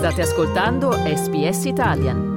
State ascoltando SBS Italian.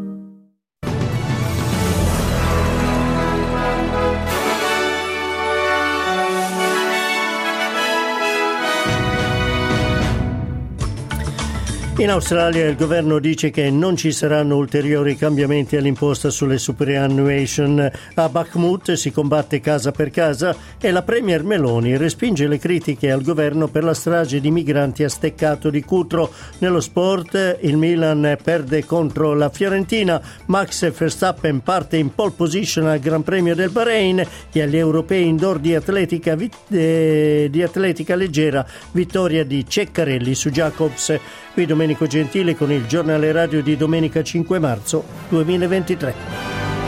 In Australia il governo dice che non ci saranno ulteriori cambiamenti all'imposta sulle superannuation. A Bakhmut si combatte casa per casa e la premier Meloni respinge le critiche al governo per la strage di migranti a Steccato di Cutro. Nello sport il Milan perde contro la Fiorentina, Max Verstappen parte in pole position al Gran Premio del Bahrain e agli europei indoor di atletica leggera vittoria di Ceccarelli su Jacobs. Qui Domenico Gentile con il giornale radio di domenica 5 marzo 2023.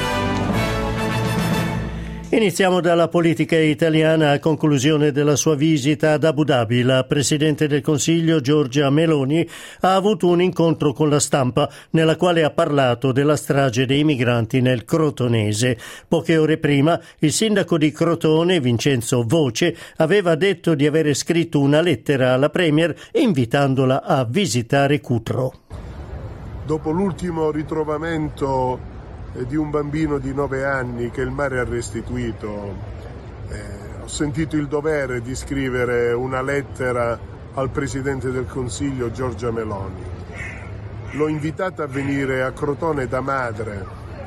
Iniziamo dalla politica italiana. A conclusione della sua visita ad Abu Dhabi, la Presidente del Consiglio Giorgia Meloni ha avuto un incontro con la stampa nella quale ha parlato della strage dei migranti nel Crotonese. Poche ore prima il sindaco di Crotone, Vincenzo Voce, aveva detto di avere scritto una lettera alla Premier invitandola a visitare Cutro. Dopo l'ultimo ritrovamento di un bambino di 9 anni che il mare ha restituito, ho sentito il dovere di scrivere una lettera al Presidente del Consiglio Giorgia Meloni. L'ho invitata a venire a Crotone da madre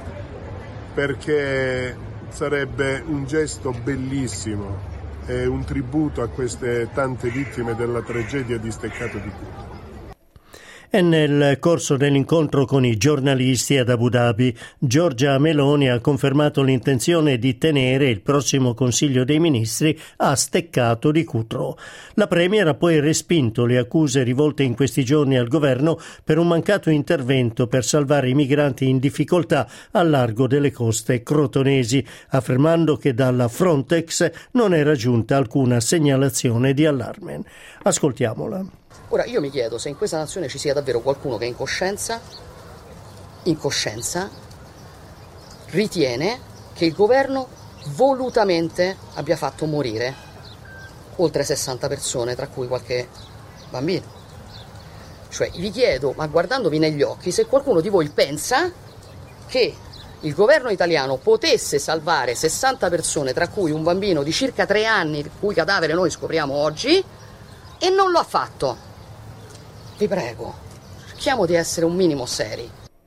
perché sarebbe un gesto bellissimo e un tributo a queste tante vittime della tragedia di Steccato di Cutro. E nel corso dell'incontro con i giornalisti ad Abu Dhabi, Giorgia Meloni ha confermato l'intenzione di tenere il prossimo Consiglio dei Ministri a Steccato di Cutro. La Premier ha poi respinto le accuse rivolte in questi giorni al governo per un mancato intervento per salvare i migranti in difficoltà al largo delle coste crotonesi, affermando che dalla Frontex non era giunta alcuna segnalazione di allarme. Ascoltiamola. Ora, io mi chiedo se in questa nazione ci sia davvero qualcuno che in coscienza ritiene che il governo volutamente abbia fatto morire oltre 60 persone, tra cui qualche bambino. Cioè, vi chiedo, ma guardandovi negli occhi, se qualcuno di voi pensa che il governo italiano potesse salvare 60 persone, tra cui un bambino di circa 3 anni, il cui cadavere noi scopriamo oggi, e non lo ha fatto. Vi prego, cerchiamo di essere un minimo seri.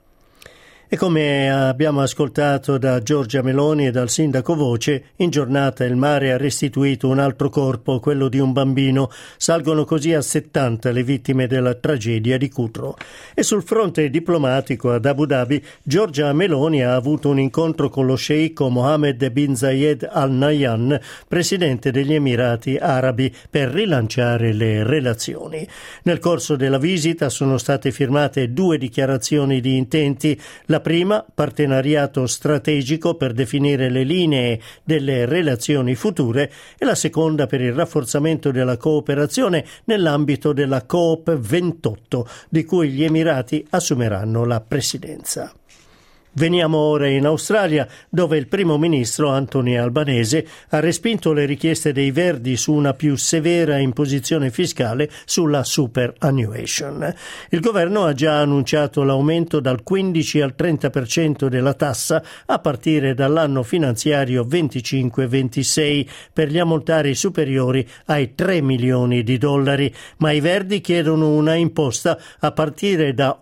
E come abbiamo ascoltato da Giorgia Meloni e dal sindaco Voce, in giornata il mare ha restituito un altro corpo, quello di un bambino. Salgono così a 70 le vittime della tragedia di Cutro. E sul fronte diplomatico ad Abu Dhabi, Giorgia Meloni ha avuto un incontro con lo sceicco Mohammed bin Zayed Al Nahyan, presidente degli Emirati Arabi, per rilanciare le relazioni. Nel corso della visita sono state firmate 2 dichiarazioni di intenti. La prima, partenariato strategico per definire le linee delle relazioni future, e la seconda per il rafforzamento della cooperazione nell'ambito della COP28, di cui gli Emirati assumeranno la presidenza. Veniamo ora in Australia, dove il primo ministro Anthony Albanese ha respinto le richieste dei Verdi su una più severa imposizione fiscale sulla superannuation. Il governo ha già annunciato l'aumento dal 15 al 30% della tassa a partire dall'anno finanziario 25-26 per gli ammontari superiori ai $3 milioni, ma i Verdi chiedono una imposta a partire da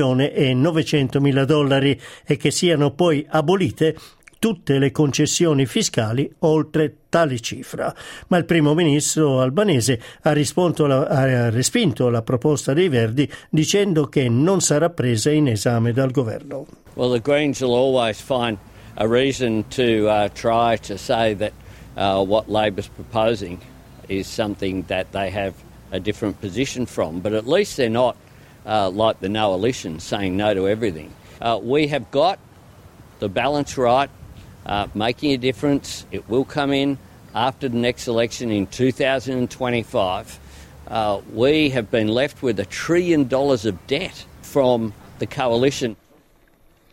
$1.900.000 e che siano poi abolite tutte le concessioni fiscali oltre tale cifra. Ma il primo ministro albanese ha respinto la proposta dei Verdi dicendo che non sarà presa in esame dal governo. Well, the Greens will always find a reason to try to say that what Labor's proposing is something that they have a different position from, but at least they're not like the Noalitions saying no to everything. We have got the balance right, making a difference. It will come in after the next election in 2025. We have been left with $1 trillion of debt from the coalition.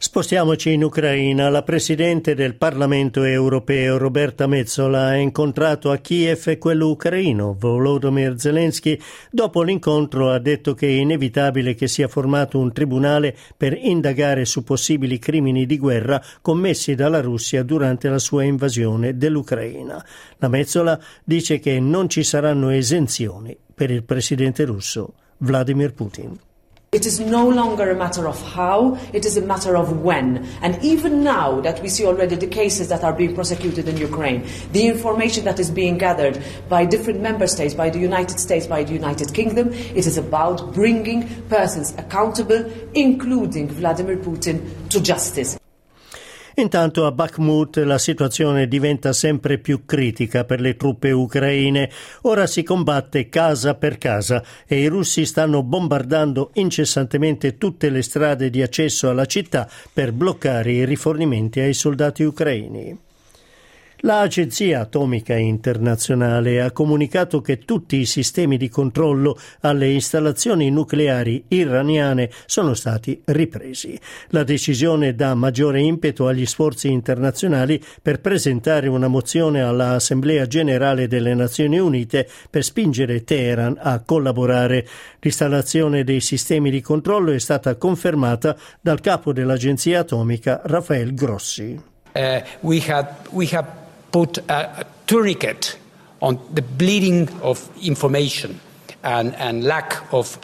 Spostiamoci in Ucraina. La Presidente del Parlamento europeo, Roberta Metsola, ha incontrato a Kiev quello ucraino, Volodymyr Zelensky. Dopo l'incontro ha detto che è inevitabile che sia formato un tribunale per indagare su possibili crimini di guerra commessi dalla Russia durante la sua invasione dell'Ucraina. La Metsola dice che non ci saranno esenzioni per il presidente russo Vladimir Putin. It is no longer a matter of how, it is a matter of when. And even now that we see already the cases that are being prosecuted in Ukraine, the information that is being gathered by different member states, by the United States, by the United Kingdom, it is about bringing persons accountable, including Vladimir Putin, to justice. Intanto a Bakhmut la situazione diventa sempre più critica per le truppe ucraine. Ora si combatte casa per casa e i russi stanno bombardando incessantemente tutte le strade di accesso alla città per bloccare i rifornimenti ai soldati ucraini. L'Agenzia Atomica Internazionale ha comunicato che tutti i sistemi di controllo alle installazioni nucleari iraniane sono stati ripresi. La decisione dà maggiore impeto agli sforzi internazionali per presentare una mozione all'Assemblea Generale delle Nazioni Unite per spingere Teheran a collaborare. L'installazione dei sistemi di controllo è stata confermata dal capo dell'Agenzia Atomica, Rafael Grossi. We have put a tourniquet on the bleeding of information and lack of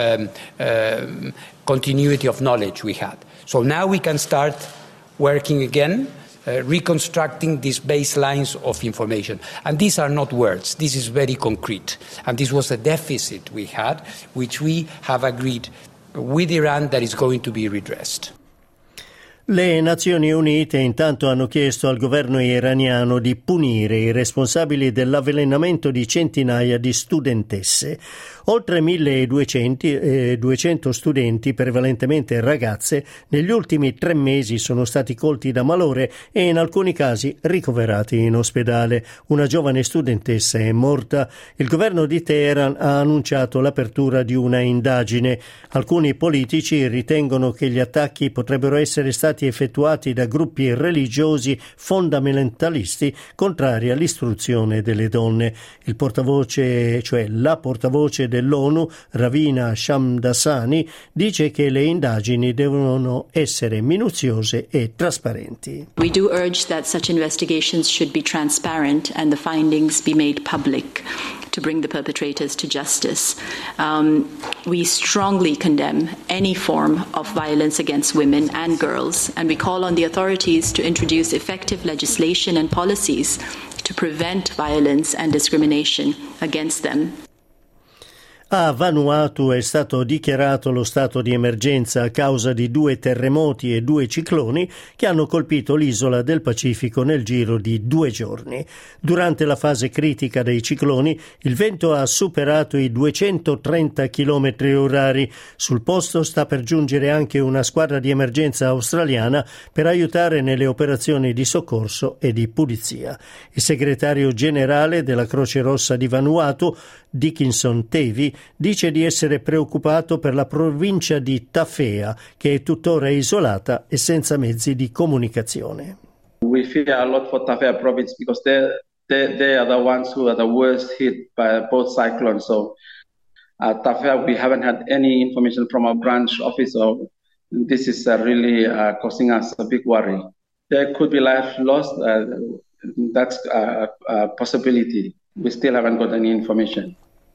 continuity of knowledge we had. So now we can start working again, reconstructing these baselines of information. And these are not words, this is very concrete. And this was a deficit we had, which we have agreed with Iran that is going to be redressed. Le Nazioni Unite intanto hanno chiesto al governo iraniano di punire i responsabili dell'avvelenamento di centinaia di studentesse. Oltre 1.200 studenti, prevalentemente ragazze, negli ultimi 3 mesi sono stati colti da malore e in alcuni casi ricoverati in ospedale. Una giovane studentessa è morta. Il governo di Teheran ha annunciato l'apertura di una indagine. Alcuni politici ritengono che gli attacchi potrebbero essere stati effettuati da gruppi religiosi fondamentalisti contrari all'istruzione delle donne. Il portavoce, cioè la portavoce dell'ONU, Ravina Shamdasani, dice che le indagini devono essere minuziose e trasparenti. We do urge that such investigations should be transparent and the findings be made public to bring the perpetrators to justice. We strongly condemn any form of violence against women and girls, and we call on the authorities to introduce effective legislation and policies to prevent violence and discrimination against them. A Vanuatu è stato dichiarato lo stato di emergenza a causa di 2 terremoti e 2 cicloni che hanno colpito l'isola del Pacifico nel giro di 2 giorni. Durante la fase critica dei cicloni, il vento ha superato i 230 km/h. Sul posto sta per giungere anche una squadra di emergenza australiana per aiutare nelle operazioni di soccorso e di pulizia. Il segretario generale della Croce Rossa di Vanuatu, Dickinson Tavy, dice di essere preoccupato per la provincia di Tafea, che è tuttora isolata e senza mezzi di comunicazione. We fear a lot for Tafea province because they are the ones who are the worst hit by both cyclones. So Tafea, we haven't had any information from our branch office. So this is really causing us a big worry. There could be life lost. That's a possibility. We still haven't got any information.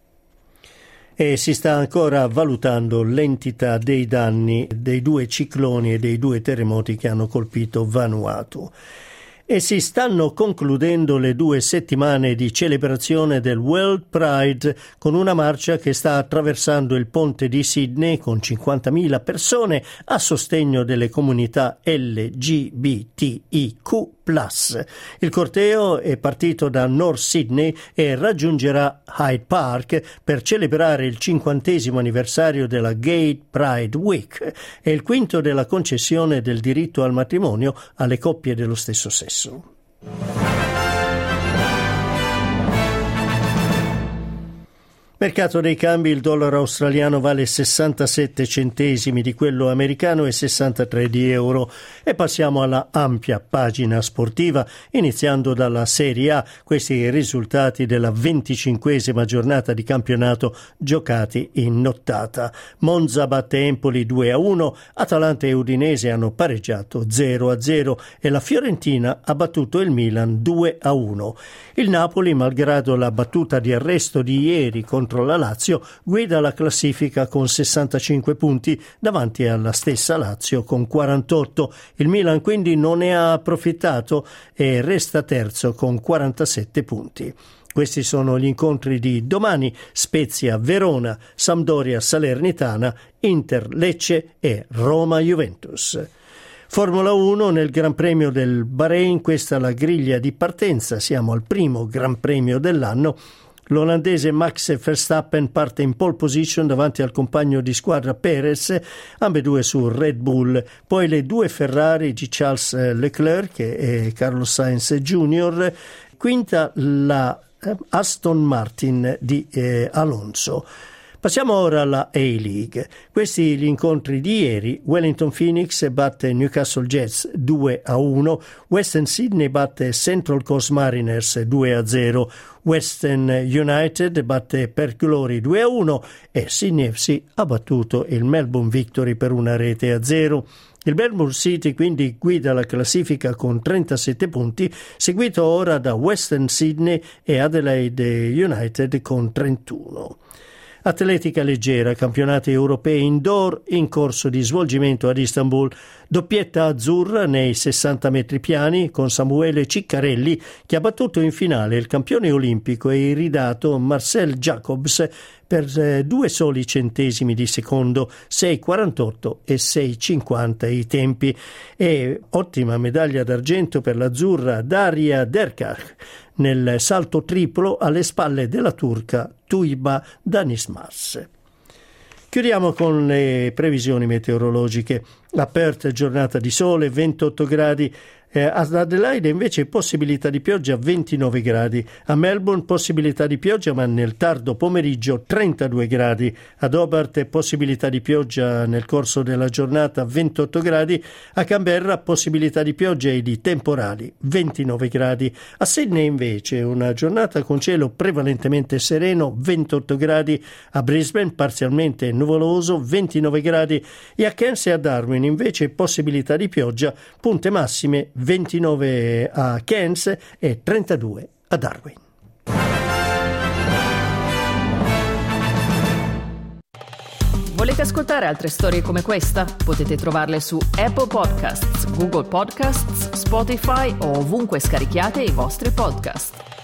E si sta ancora valutando l'entità dei danni dei 2 cicloni e dei 2 terremoti che hanno colpito Vanuatu. E si stanno concludendo le 2 settimane di celebrazione del World Pride con una marcia che sta attraversando il ponte di Sydney con 50.000 persone a sostegno delle comunità LGBTIQ+. Il corteo è partito da North Sydney e raggiungerà Hyde Park per celebrare il 50° anniversario della Gay Pride Week e il 5° della concessione del diritto al matrimonio alle coppie dello stesso sesso. Mercato dei cambi, il dollaro australiano vale 67 centesimi di quello americano e 63 di euro. E passiamo alla ampia pagina sportiva, iniziando dalla Serie A. Questi i risultati della 25esima giornata di campionato giocati in nottata. Monza batte Empoli 2-1, Atalanta e Udinese hanno pareggiato 0-0 e la Fiorentina ha battuto il Milan 2-1. Il Napoli, malgrado la battuta di arresto di ieri contro la Lazio, guida la classifica con 65 punti davanti alla stessa Lazio con 48. Il Milan quindi non ne ha approfittato e resta terzo con 47 punti. Questi sono gli incontri di domani: Spezia Verona, Sampdoria Salernitana, Inter Lecce e Roma Juventus. Formula 1 nel Gran Premio del Bahrain, questa è la griglia di partenza, siamo al primo Gran Premio dell'anno. L'olandese Max Verstappen parte in pole position davanti al compagno di squadra Perez, ambedue su Red Bull. Poi le due Ferrari di Charles Leclerc e Carlos Sainz Jr., quinta la Aston Martin di Alonso. Passiamo ora alla A-League. Questi gli incontri di ieri: Wellington Phoenix batte Newcastle Jets 2-1, Western Sydney batte Central Coast Mariners 2-0, Western United batte Perth Glory 2-1 e Sydney FC ha battuto il Melbourne Victory per 1-0. Il Melbourne City quindi guida la classifica con 37 punti, seguito ora da Western Sydney e Adelaide United con 31. Atletica leggera, campionati europei indoor in corso di svolgimento ad Istanbul. Doppietta azzurra nei 60 metri piani con Samuele Ciccarelli, che ha battuto in finale il campione olimpico e iridato Marcel Jacobs per 2 soli centesimi di secondo, 6,48 e 6,50 i tempi. E ottima medaglia d'argento per l'azzurra Daria Derkach nel salto triplo alle spalle della turca Tuiba Danismas. Chiudiamo con le previsioni meteorologiche. A Perth giornata di sole, 28 gradi. Ad Adelaide invece possibilità di pioggia, 29 gradi. A Melbourne possibilità di pioggia ma nel tardo pomeriggio, 32 gradi. Ad Hobart possibilità di pioggia nel corso della giornata, 28 gradi. A Canberra possibilità di pioggia e di temporali, 29 gradi. A Sydney invece una giornata con cielo prevalentemente sereno, 28 gradi. A Brisbane parzialmente nuvoloso, 29 gradi. E a Cairns e a Darwin invece possibilità di pioggia, punte massime 29 a Cairns e 32 a Darwin. Volete ascoltare altre storie come questa? Potete trovarle su Apple Podcasts, Google Podcasts, Spotify o ovunque scarichiate i vostri podcast.